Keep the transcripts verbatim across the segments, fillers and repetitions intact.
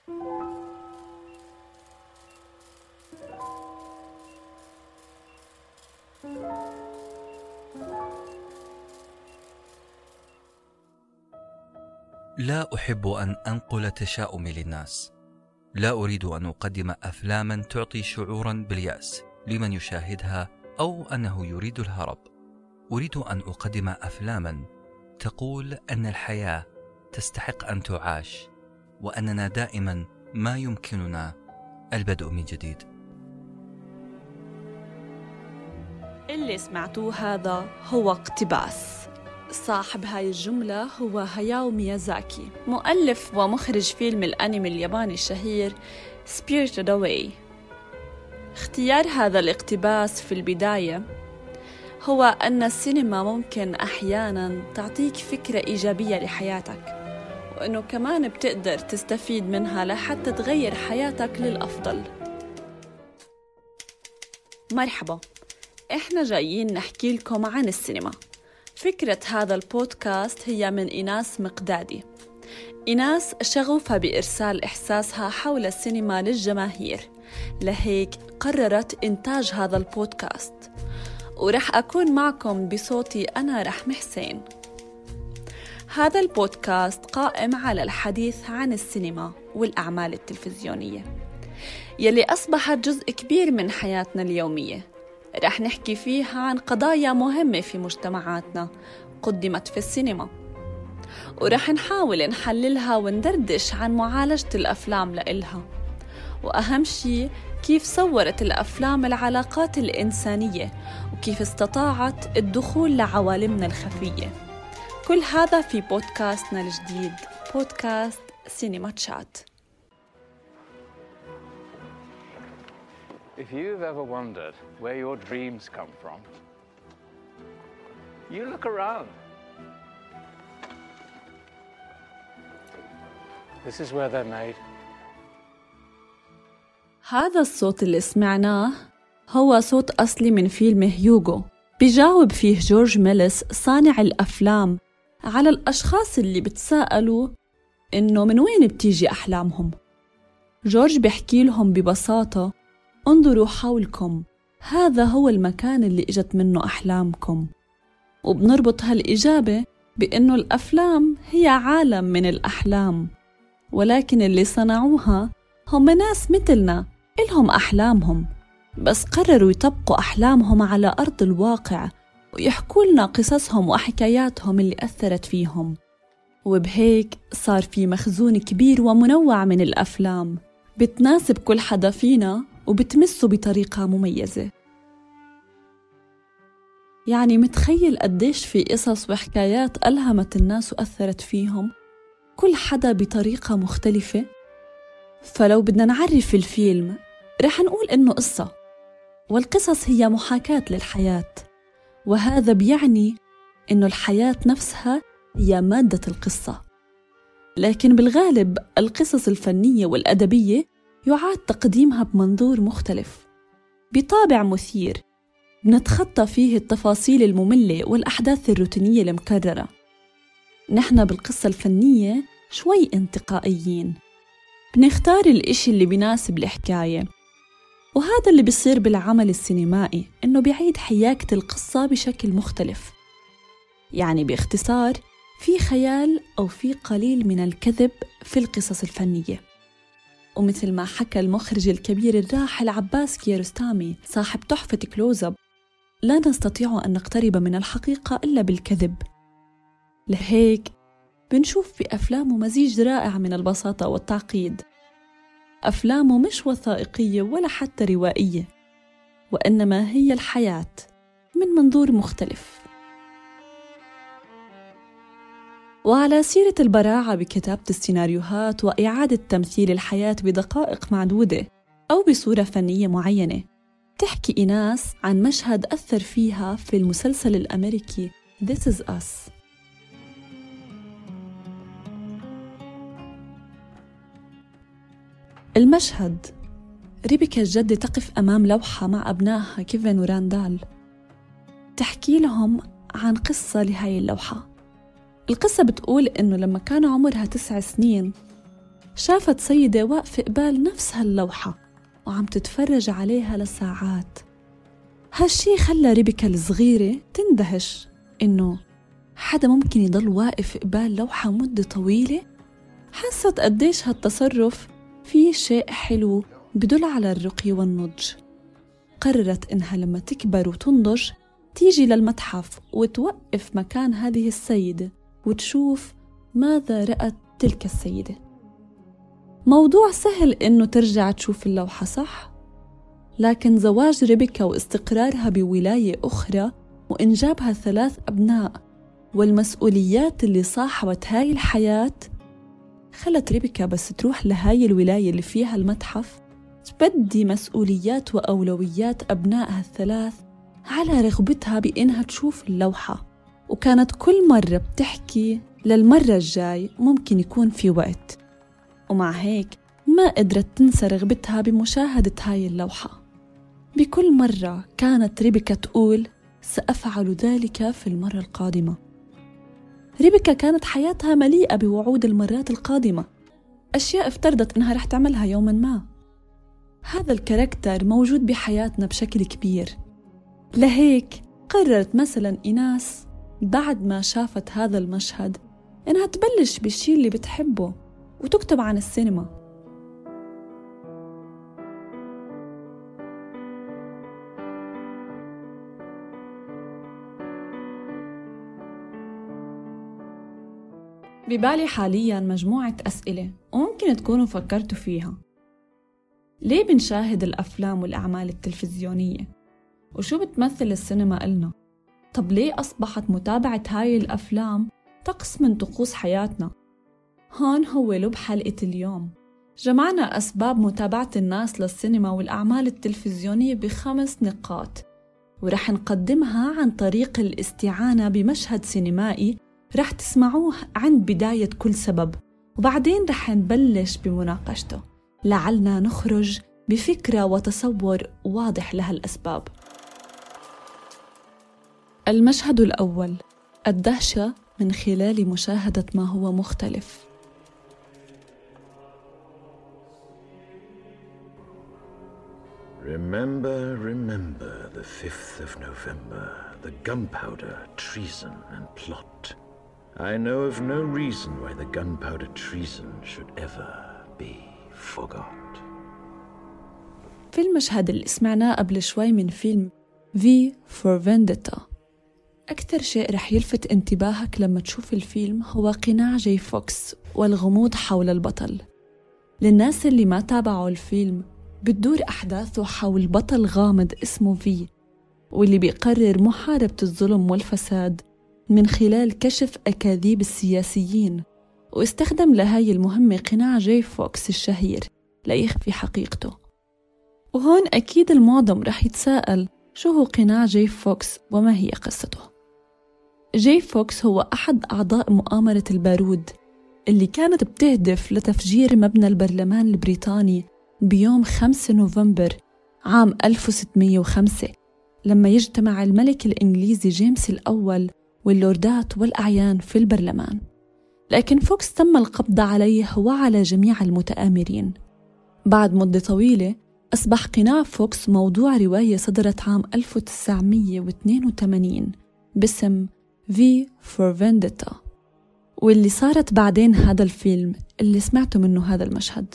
لا أحب أن أنقل تشاؤمي للناس. لا أريد أن أقدم أفلاما تعطي شعورا باليأس لمن يشاهدها أو أنه يريد الهرب. أريد أن أقدم أفلاما تقول أن الحياة تستحق أن تعاش، وأننا دائما ما يمكننا البدء من جديد. اللي سمعتوه هذا هو اقتباس. صاحب هاي الجملة هو هاياو ميازاكي، مؤلف ومخرج فيلم الأنمي الياباني الشهير Spirited Away. اختيار هذا الاقتباس في البداية هو أن السينما ممكن أحياناً تعطيك فكرة إيجابية لحياتك، وأنه كمان بتقدر تستفيد منها لحتى تغير حياتك للأفضل. مرحبا، إحنا جايين نحكي لكم عن السينما. فكرة هذا البودكاست هي من إيناس مقدادي. إيناس شغوفة بإرسال إحساسها حول السينما للجماهير، لهيك قررت إنتاج هذا البودكاست، ورح أكون معكم بصوتي أنا رحمة حسين. هذا البودكاست قائم على الحديث عن السينما والأعمال التلفزيونية يلي أصبحت جزء كبير من حياتنا اليومية. رح نحكي فيها عن قضايا مهمة في مجتمعاتنا قدمت في السينما، ورح نحاول نحللها وندردش عن معالجة الأفلام لإلها، وأهم شيء كيف صورت الأفلام العلاقات الإنسانية وكيف استطاعت الدخول لعوالمنا الخفية. كل هذا في بودكاستنا الجديد، بودكاست سينما تشات. If you've ever wondered where your dreams come from, you look around. This is where they're made. هذا الصوت اللي سمعناه هو صوت أصلي من فيلم هيوغو، بيجاوب فيه جورج ميلس صانع الأفلام على الأشخاص اللي بتساءلوا إنه من وين بتيجي أحلامهم. جورج بيحكي لهم ببساطة: انظروا حولكم، هذا هو المكان اللي إجت منه أحلامكم. وبنربط هالإجابة بأنه الأفلام هي عالم من الأحلام، ولكن اللي صنعوها هم ناس مثلنا إلهم أحلامهم، بس قرروا يطبقوا أحلامهم على أرض الواقع ويحكوا لنا قصصهم وحكاياتهم اللي أثرت فيهم. وبهيك صار في مخزون كبير ومنوع من الأفلام بتناسب كل حدا فينا وبتمسه بطريقة مميزة. يعني متخيل قديش في قصص وحكايات ألهمت الناس وأثرت فيهم، كل حدا بطريقة مختلفة. فلو بدنا نعرف الفيلم رح نقول إنه قصة، والقصص هي محاكاة للحياة، وهذا بيعني إنه الحياة نفسها هي مادة القصة. لكن بالغالب القصص الفنية والأدبية يعاد تقديمها بمنظور مختلف، بطابع مثير، بنتخطى فيه التفاصيل المملة والأحداث الروتينية المكررة. نحن بالقصة الفنية شوي انتقائيين، بنختار الإشي اللي بيناسب الحكاية، وهذا اللي بيصير بالعمل السينمائي، إنه بيعيد حياكة القصة بشكل مختلف. يعني باختصار في خيال أو في قليل من الكذب في القصص الفنية. ومثل ما حكى المخرج الكبير الراحل عباس كيارستامي صاحب تحفة كلوزاب: لا نستطيع أن نقترب من الحقيقة إلا بالكذب. لهيك بنشوف في أفلامه مزيج رائع من البساطة والتعقيد. أفلامه مش وثائقية ولا حتى روائية، وإنما هي الحياة من منظور مختلف. وعلى سيرة البراعة بكتابة السيناريوهات وإعادة تمثيل الحياة بدقائق معدودة أو بصورة فنية معينة، تحكي إيناس عن مشهد أثر فيها في المسلسل الأمريكي This is Us. المشهد: ريبيكا الجدة تقف أمام لوحة مع أبنائها كيفن وراندال، تحكي لهم عن قصة لهاي اللوحة. القصة بتقول إنه لما كان عمرها تسع سنين شافت سيدة واقفة قبال نفس هاللوحة وعم تتفرج عليها لساعات. هالشي خلى ريبيكا الصغيرة تندهش إنه حدا ممكن يضل واقف قبال لوحة مدة طويلة. حست قديش هالتصرف فيه شيء حلو بدل على الرقي والنضج. قررت إنها لما تكبر وتنضج تيجي للمتحف وتوقف مكان هذه السيدة وتشوف ماذا رأت تلك السيدة. موضوع سهل إنه ترجع تشوف اللوحة، صح؟ لكن زواج ريبيكا واستقرارها بولاية أخرى وإنجابها ثلاث أبناء والمسؤوليات اللي صاحبت هاي الحياة خلت ريبيكا بس تروح لهاي الولاية اللي فيها المتحف تبدي مسؤوليات وأولويات أبنائها الثلاث على رغبتها بإنها تشوف اللوحة. وكانت كل مرة بتحكي للمرة الجاي ممكن يكون في وقت، ومع هيك ما قدرت تنسى رغبتها بمشاهدة هاي اللوحة. بكل مرة كانت ريبيكا تقول سأفعل ذلك في المرة القادمة. ريبيكا كانت حياتها مليئة بوعود المرات القادمة، أشياء افترضت إنها رح تعملها يوماً ما. هذا الكاركتر موجود بحياتنا بشكل كبير. لهيك قررت مثلاً إيناس بعد ما شافت هذا المشهد إنها تبلش بالشي اللي بتحبه وتكتب عن السينما. ببالي حالياً مجموعة أسئلة وممكن تكونوا فكرتوا فيها. ليه بنشاهد الأفلام والأعمال التلفزيونية؟ وشو بتمثل السينما إلنا؟ طب ليه أصبحت متابعة هاي الأفلام طقس من طقوس حياتنا؟ هون هو لب حلقة اليوم. جمعنا أسباب متابعة الناس للسينما والأعمال التلفزيونية بخمس نقاط، ورح نقدمها عن طريق الاستعانة بمشهد سينمائي رح تسمعوه عند بداية كل سبب، وبعدين رح نبلش بمناقشته لعلنا نخرج بفكرة وتصور واضح لها الأسباب. المشهد الأول: الدهشة من خلال مشاهدة ما هو مختلف. Remember, remember the fifth of November, the gunpowder, treason and plot. I know of no reason why the gunpowder treason should ever be forgot. في المشهد اللي سمعناه قبل شوي من فيلم V for Vendetta، أكثر شيء رح يلفت انتباهك لما تشوف الفيلم هو قناع جاي فوكس والغموض حول البطل. للناس اللي ما تابعوا الفيلم، بتدور أحداثه حول بطل غامض اسمه في، واللي بيقرر محاربة الظلم والفساد من خلال كشف أكاذيب السياسيين، واستخدم لهاي المهمة قناع جاي فوكس الشهير ليخفي حقيقته. وهون أكيد المعظم رح يتساءل شو هو قناع جاي فوكس وما هي قصته. جاي فوكس هو أحد أعضاء مؤامرة البارود اللي كانت بتهدف لتفجير مبنى البرلمان البريطاني بيوم خمسة نوفمبر عام ألف وستمية وخمسة، لما يجتمع الملك الإنجليزي جيمس الأول واللوردات والأعيان في البرلمان. لكن فوكس تم القبض عليه وعلى جميع المتآمرين. بعد مدة طويلة أصبح قناع فوكس موضوع رواية صدرت عام ألف وتسعمية واثنين وثمانين باسم V for Vendetta، واللي صارت بعدين هذا الفيلم اللي سمعتوا منه هذا المشهد.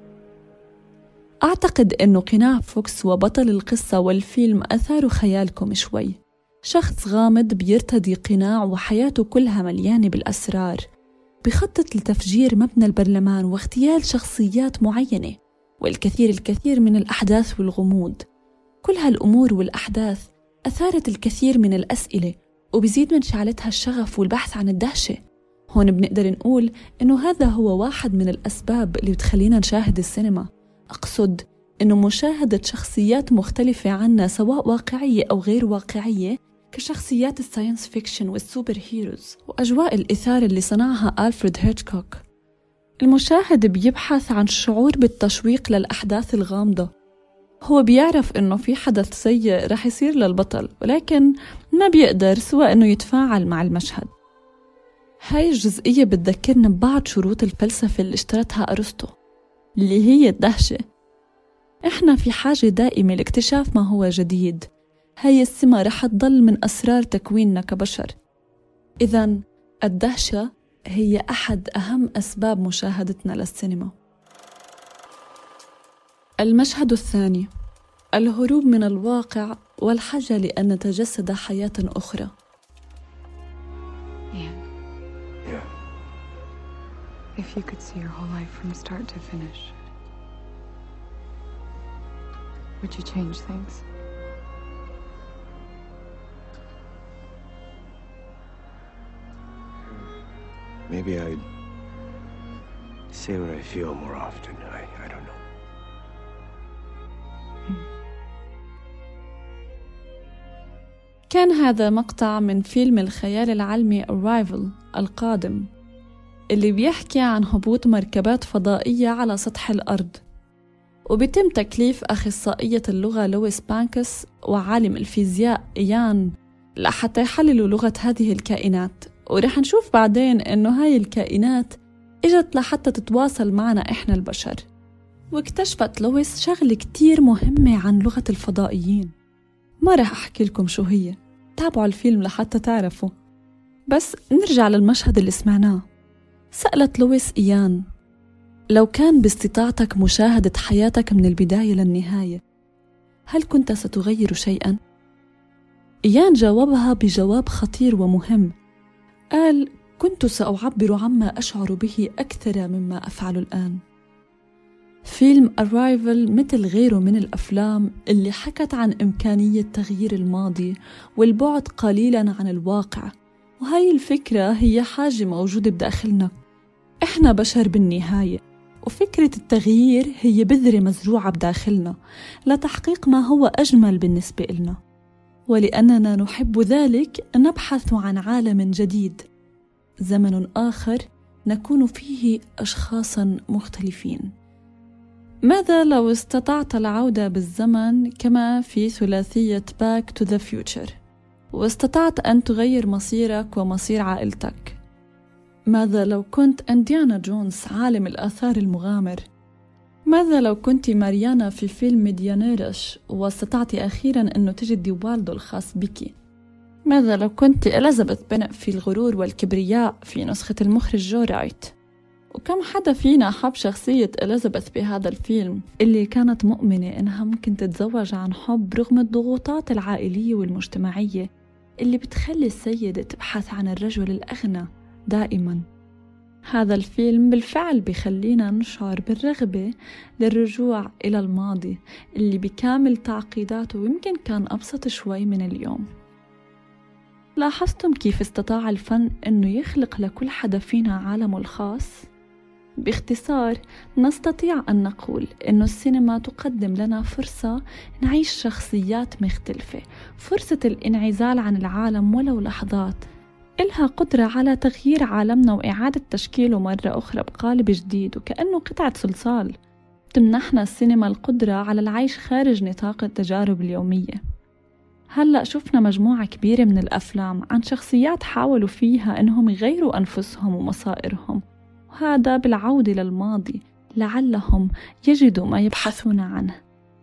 أعتقد أنه قناع فوكس وبطل القصة والفيلم أثاروا خيالكم شوي. شخص غامض بيرتدي قناع وحياته كلها مليانة بالأسرار، بخطط لتفجير مبنى البرلمان واغتيال شخصيات معينة، والكثير الكثير من الأحداث والغموض. كل هالأمور والأحداث أثارت الكثير من الأسئلة وبزيد من شعلتها الشغف والبحث عن الدهشة. هون بنقدر نقول إنه هذا هو واحد من الأسباب اللي بتخلينا نشاهد السينما. أقصد إنه مشاهدة شخصيات مختلفة عنا سواء واقعية أو غير واقعية، كشخصيات الساينس فيكشن والسوبر هيروز وأجواء الإثارة اللي صنعها ألفريد هيتشكوك. المشاهد بيبحث عن شعور بالتشويق للأحداث الغامضة. هو بيعرف إنه في حدث سيء رح يصير للبطل، ولكن ما بيقدر سوى إنه يتفاعل مع المشهد. هاي الجزئية بتذكرنا ببعض شروط الفلسفة اللي اشترتها أرسطو، اللي هي الدهشة. إحنا في حاجة دائمة لاكتشاف ما هو جديد. هاي السمة رح تضل من أسرار تكويننا كبشر. إذن الدهشة هي أحد أهم أسباب مشاهدتنا للسينما. المشهد الثاني: الهروب من الواقع والحاجة لأن نتجسد حياة أخرى. Ian. Yeah. If you could see your whole life from start to finish, would you change things? Maybe I'd say what I feel more often. I, I don't know. كان هذا مقطع من فيلم الخيال العلمي Arrival القادم، اللي بيحكي عن هبوط مركبات فضائية على سطح الأرض، وبيتم تكليف أخصائية اللغة لويس بانكس وعالم الفيزياء إيان لحتى يحللوا لغة هذه الكائنات. ورح نشوف بعدين إنه هاي الكائنات إجت لحتى تتواصل معنا إحنا البشر. واكتشفت لويس شغلة كتير مهمة عن لغة الفضائيين، ما رح أحكي لكم شو هي، تابعوا الفيلم لحتى تعرفوا. بس نرجع للمشهد اللي سمعناه. سألت لويس إيان: لو كان باستطاعتك مشاهدة حياتك من البداية للنهاية، هل كنت ستغير شيئاً؟ إيان جاوبها بجواب خطير ومهم. قال: كنت سأعبر عما أشعر به أكثر مما أفعل الآن. فيلم Arrival مثل غيره من الأفلام اللي حكت عن إمكانية تغيير الماضي والبعد قليلاً عن الواقع، وهاي الفكرة هي حاجة موجودة بداخلنا إحنا بشر بالنهاية، وفكرة التغيير هي بذرة مزروعة بداخلنا لتحقيق ما هو أجمل بالنسبة لنا، ولأننا نحب ذلك نبحث عن عالم جديد، زمن آخر نكون فيه أشخاصاً مختلفين. ماذا لو استطعت العودة بالزمن كما في ثلاثية Back to the Future، واستطعت أن تغير مصيرك ومصير عائلتك؟ ماذا لو كنت إنديانا جونز عالم الآثار المغامر؟ ماذا لو كنت ماريانا في فيلم ميديانيرش واستطعت أخيراً أنه تجدي والدو الخاص بك؟ ماذا لو كنت إليزابيث بنت في الغرور والكبرياء في نسخة المخرج جو رايت؟ وكم حدا فينا حب شخصية إليزابيث بهذا الفيلم اللي كانت مؤمنة إنها ممكن تتزوج عن حب رغم الضغوطات العائلية والمجتمعية اللي بتخلي السيدة تبحث عن الرجل الأغنى دائماً. هذا الفيلم بالفعل بيخلينا نشعر بالرغبة للرجوع إلى الماضي اللي بكامل تعقيداته ويمكن كان أبسط شوي من اليوم. لاحظتم كيف استطاع الفن إنه يخلق لكل حدا فينا عالمه الخاص؟ باختصار، نستطيع أن نقول إنه السينما تقدم لنا فرصة نعيش شخصيات مختلفة، فرصة الانعزال عن العالم ولو لحظات، إلها قدرة على تغيير عالمنا وإعادة تشكيله مرة أخرى بقالب جديد وكأنه قطعة صلصال. تمنحنا السينما القدرة على العيش خارج نطاق التجارب اليومية. هلأ شفنا مجموعة كبيرة من الأفلام عن شخصيات حاولوا فيها إنهم يغيروا أنفسهم ومصائرهم، وهذا بالعودة للماضي لعلهم يجدوا ما يبحثون عنه.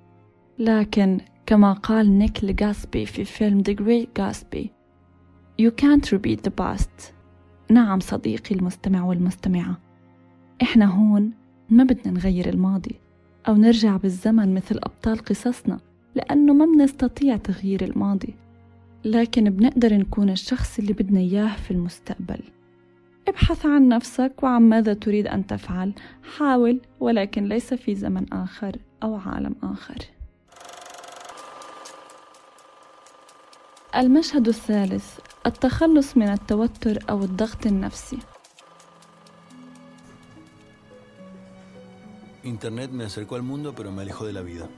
لكن كما قال نيك لغاسبي في فيلم The Great Gatsby: You can't repeat the past. نعم صديقي المستمع والمستمعة، إحنا هون ما بدنا نغير الماضي أو نرجع بالزمن مثل أبطال قصصنا، لأنه ما بنستطيع تغيير الماضي، لكن بنقدر نكون الشخص اللي بدنا إياه في المستقبل. ابحث عن نفسك وعن ماذا تريد أن تفعل، حاول، ولكن ليس في زمن آخر أو عالم آخر. المشهد الثالث: التخلص من التوتر أو الضغط النفسي. Internet me acercó al mundo, pero me alejó de la vida.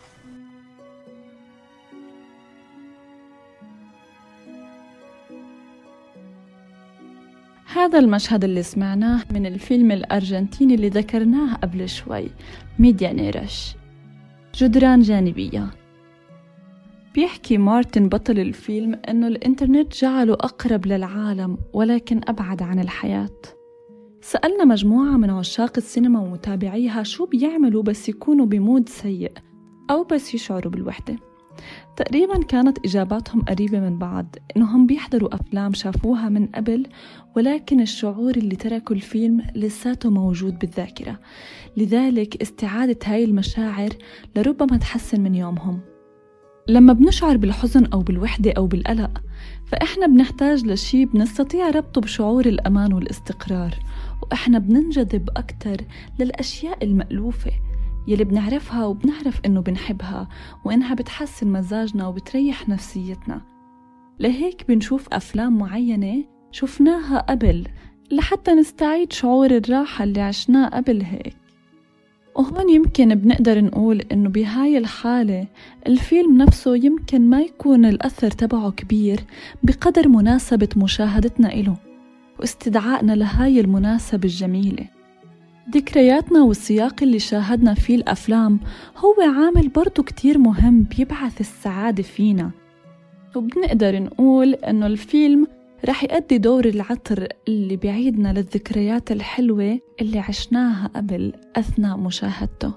هذا المشهد اللي سمعناه من الفيلم الأرجنتيني اللي ذكرناه قبل شوي، ميديانيرش، جدران جانبية. بيحكي مارتن بطل الفيلم أنه الإنترنت جعله أقرب للعالم ولكن أبعد عن الحياة. سألنا مجموعة من عشاق السينما ومتابعيها شو بيعملوا بس يكونوا بمود سيء أو بس يشعروا بالوحدة. تقريباً كانت إجاباتهم قريبة من بعض، إنهم بيحضروا أفلام شافوها من قبل ولكن الشعور اللي تركوا الفيلم لساته موجود بالذاكرة، لذلك استعادة هاي المشاعر لربما تحسن من يومهم. لما بنشعر بالحزن أو بالوحدة أو بالقلق فإحنا بنحتاج لشي بنستطيع ربطه بشعور الأمان والاستقرار، وإحنا بننجذب أكتر للأشياء المألوفة يلي بنعرفها وبنعرف إنه بنحبها وإنها بتحسن مزاجنا وبتريح نفسيتنا. لهيك بنشوف أفلام معينة شفناها قبل لحتى نستعيد شعور الراحة اللي عشناه قبل هيك. وهون يمكن بنقدر نقول إنه بهاي الحالة الفيلم نفسه يمكن ما يكون الأثر تبعه كبير بقدر مناسبة مشاهدتنا إله واستدعائنا لهاي المناسبة الجميلة. ذكرياتنا والسياق اللي شاهدنا فيه الأفلام هو عامل برضو كتير مهم بيبعث السعادة فينا، وبنقدر نقول إنه الفيلم رح يؤدي دور العطر اللي بيعيدنا للذكريات الحلوة اللي عشناها قبل أثناء مشاهدته.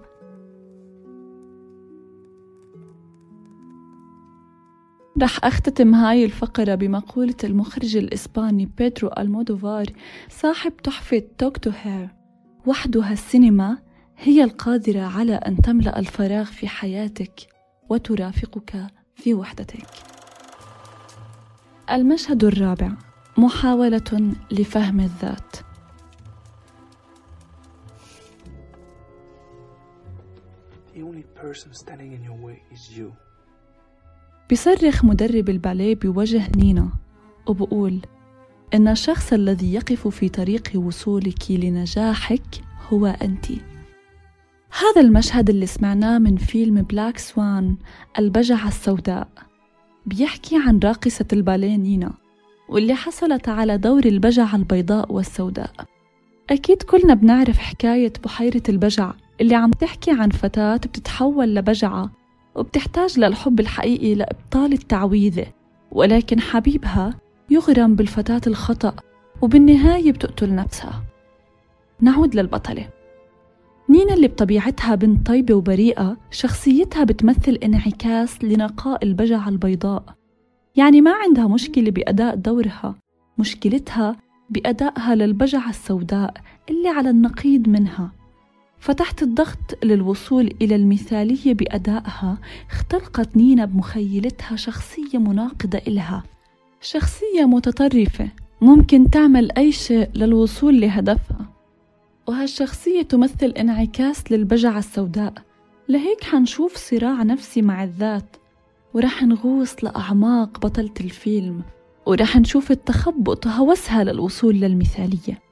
رح أختتم هاي الفقرة بمقولة المخرج الإسباني بيدرو ألمودوفار صاحب تحفة توك تو هير: وحدها السينما هي القادرة على أن تملأ الفراغ في حياتك وترافقك في وحدتك. المشهد الرابع: محاولة لفهم الذات. The only person standing in your way is you. بيصرخ مدرب الباليه بوجه نينا وبقول إن الشخص الذي يقف في طريق وصولك لنجاحك هو أنت. هذا المشهد اللي سمعناه من فيلم بلاك سوان البجعة السوداء بيحكي عن راقصة الباليه نينا واللي حصلت على دور البجعة البيضاء والسوداء. أكيد كلنا بنعرف حكاية بحيرة البجع اللي عم تحكي عن فتاة بتتحول لبجعة وبتحتاج للحب الحقيقي لإبطال التعويذة، ولكن حبيبها يغرم بالفتاة الخطأ وبالنهاية بتقتل نفسها. نعود للبطلة نينا اللي بطبيعتها بنت طيبة وبريئة، شخصيتها بتمثل انعكاس لنقاء البجعة البيضاء، يعني ما عندها مشكلة بأداء دورها، مشكلتها بأدائها للبجعة السوداء اللي على النقيض منها. فتحت الضغط للوصول إلى المثالية بأدائها اختلقت نينا بمخيلتها شخصية مناقضة إلها، شخصية متطرفة ممكن تعمل أي شيء للوصول لهدفها، وهالشخصية تمثل انعكاس للبجعة السوداء. لهيك حنشوف صراع نفسي مع الذات، ورح نغوص لأعماق بطلة الفيلم، ورح نشوف التخبط وهوسها للوصول للمثالية.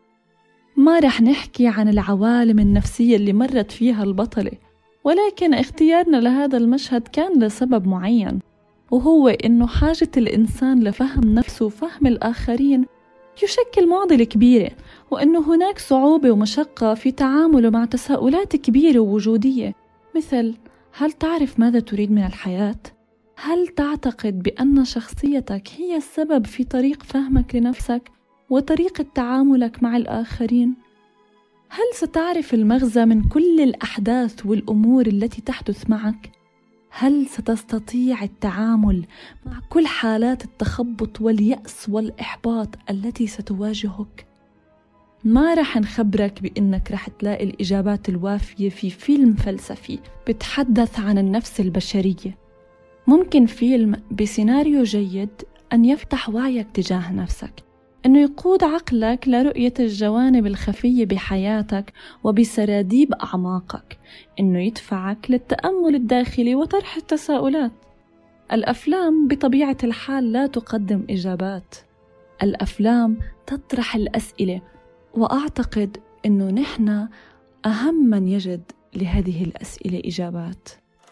ما رح نحكي عن العوالم النفسية اللي مرت فيها البطلة، ولكن اختيارنا لهذا المشهد كان لسبب معين، وهو إنه حاجة الإنسان لفهم نفسه وفهم الآخرين يشكل معضلة كبيرة، وإنه هناك صعوبة ومشقة في تعامله مع تساؤلات كبيرة ووجودية، مثل: هل تعرف ماذا تريد من الحياة؟ هل تعتقد بأن شخصيتك هي السبب في طريق فهمك لنفسك وطريقة تعاملك مع الآخرين؟ هل ستعرف المغزى من كل الأحداث والأمور التي تحدث معك؟ هل ستستطيع التعامل مع كل حالات التخبط واليأس والإحباط التي ستواجهك؟ ما رح نخبرك بأنك رح تلاقي الإجابات الوافية في فيلم فلسفي بتحدث عن النفس البشرية. ممكن فيلم بسيناريو جيد أن يفتح وعيك تجاه نفسك، أنه يقود عقلك لرؤية الجوانب الخفية بحياتك وبسراديب أعماقك، أنه يدفعك للتأمل الداخلي وطرح التساؤلات. الأفلام بطبيعة الحال لا تقدم إجابات، الأفلام تطرح الأسئلة، وأعتقد أنه نحن أهم من يجد لهذه الأسئلة إجابات.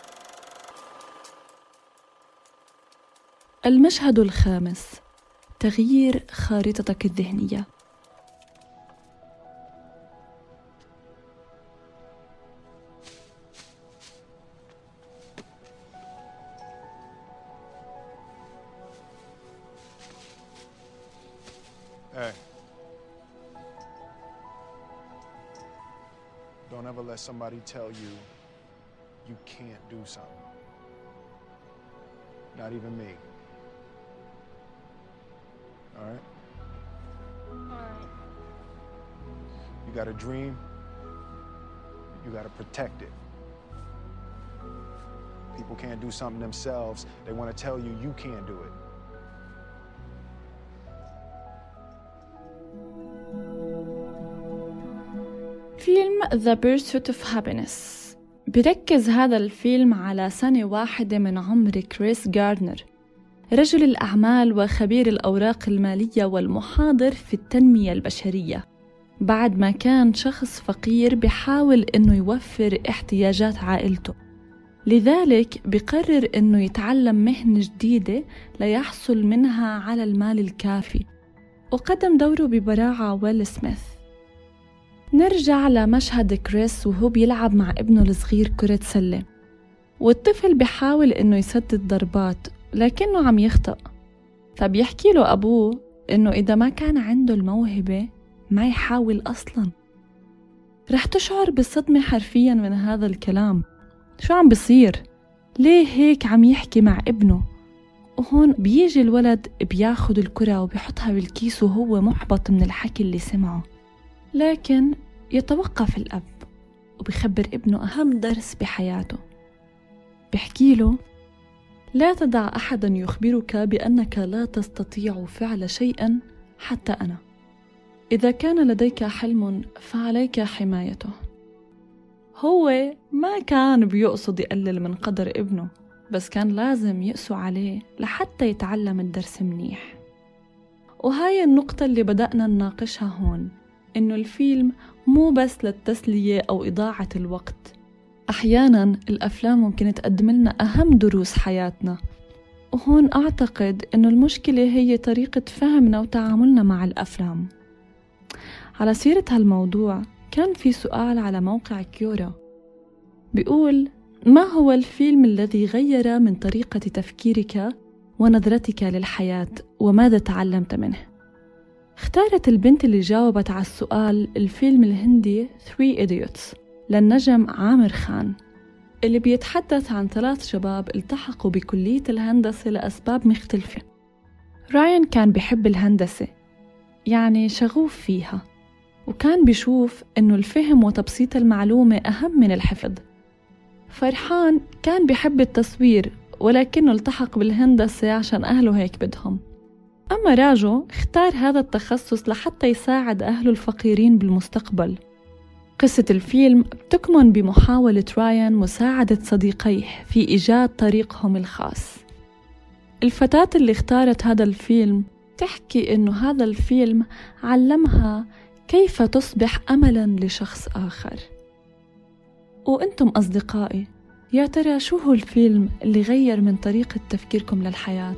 المشهد الخامس: تغيير خارطتك الذهنية. Hey. ever let somebody tell you you can't do something. Not even me. All right? All right. You got a dream, you got to protect it. People can't do something themselves. They want to tell you you can't do it. فيلم The Pursuit of Happiness بيركز هذا الفيلم على سنة واحدة من عمر كريس غاردنر، رجل الأعمال وخبير الأوراق المالية والمحاضر في التنمية البشرية، بعد ما كان شخص فقير بيحاول إنه يوفر احتياجات عائلته. لذلك بقرر إنه يتعلم مهنة جديدة ليحصل منها على المال الكافي، وقدم دوره ببراعة ويل سميث. نرجع لمشهد كريس وهو بيلعب مع ابنه الصغير كرة سلة، والطفل بيحاول إنه يسدد ضربات لكنه عم يخطأ، فبيحكي له أبوه إنه إذا ما كان عنده الموهبة ما يحاول أصلاً. رح تشعر بالصدمة حرفياً من هذا الكلام. شو عم بصير؟ ليه هيك عم يحكي مع ابنه؟ وهون بيجي الولد بياخد الكرة وبيحطها بالكيس وهو محبط من الحكي اللي سمعه، لكن يتوقف الأب وبيخبر ابنه أهم درس بحياته. بيحكي له: لا تدع أحدا يخبرك بأنك لا تستطيع فعل شيئا حتى أنا. إذا كان لديك حلم فعليك حمايته. هو ما كان بيقصد يقلل من قدر ابنه، بس كان لازم يقسو عليه لحتى يتعلم الدرس منيح. وهاي النقطة اللي بدأنا نناقشها هون، إنه الفيلم مو بس للتسلية أو إضاعة الوقت. أحياناً الأفلام ممكن تقدم لنا أهم دروس حياتنا، وهون أعتقد إنه المشكلة هي طريقة فهمنا وتعاملنا مع الأفلام. على سيرة هالموضوع، كان في سؤال على موقع كيورا بيقول: ما هو الفيلم الذي غير من طريقة تفكيرك ونظرتك للحياة وماذا تعلمت منه؟ اختارت البنت اللي جاوبت على السؤال الفيلم الهندي Three Idiots للنجم عامر خان، اللي بيتحدث عن ثلاث شباب التحقوا بكلية الهندسة لأسباب مختلفة. رايان كان بيحب الهندسة، يعني شغوف فيها، وكان بيشوف إنه الفهم وتبسيط المعلومة أهم من الحفظ. فرحان كان بيحب التصوير، ولكنه التحق بالهندسة عشان أهله هيك بدهم. أما راجو اختار هذا التخصص لحتى يساعد أهله الفقيرين بالمستقبل. قصة الفيلم بتكمن بمحاولة رايان مساعدة صديقيه في إيجاد طريقهم الخاص. الفتاة اللي اختارت هذا الفيلم تحكي إنه هذا الفيلم علمها كيف تصبح أملاً لشخص آخر. وأنتم أصدقائي، يا ترى شو هو الفيلم اللي غير من طريقة تفكيركم للحياة؟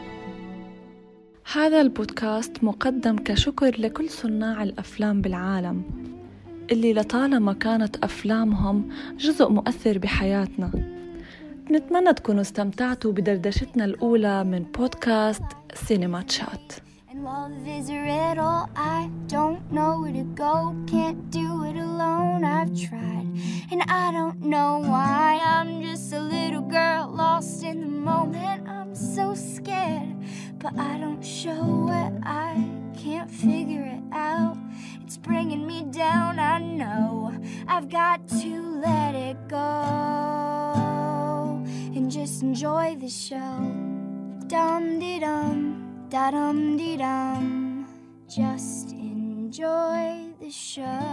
هذا البودكاست مقدم كشكر لكل صناع الأفلام بالعالم، اللي لطالما كانت أفلامهم جزء مؤثر بحياتنا. نتمنى تكونوا استمتعتوا بدردشتنا الأولى من بودكاست سينما تشات. Love is a riddle, I don't know where to go, can't do it alone, I've tried, and I don't know why, I'm just a little girl lost in the moment, I'm so scared, but I don't show it, I can't figure it out, it's bringing me down, I know, I've got to let it go, and just enjoy the show, dum-de-dum. Da-dum-dee-dum, just enjoy the show.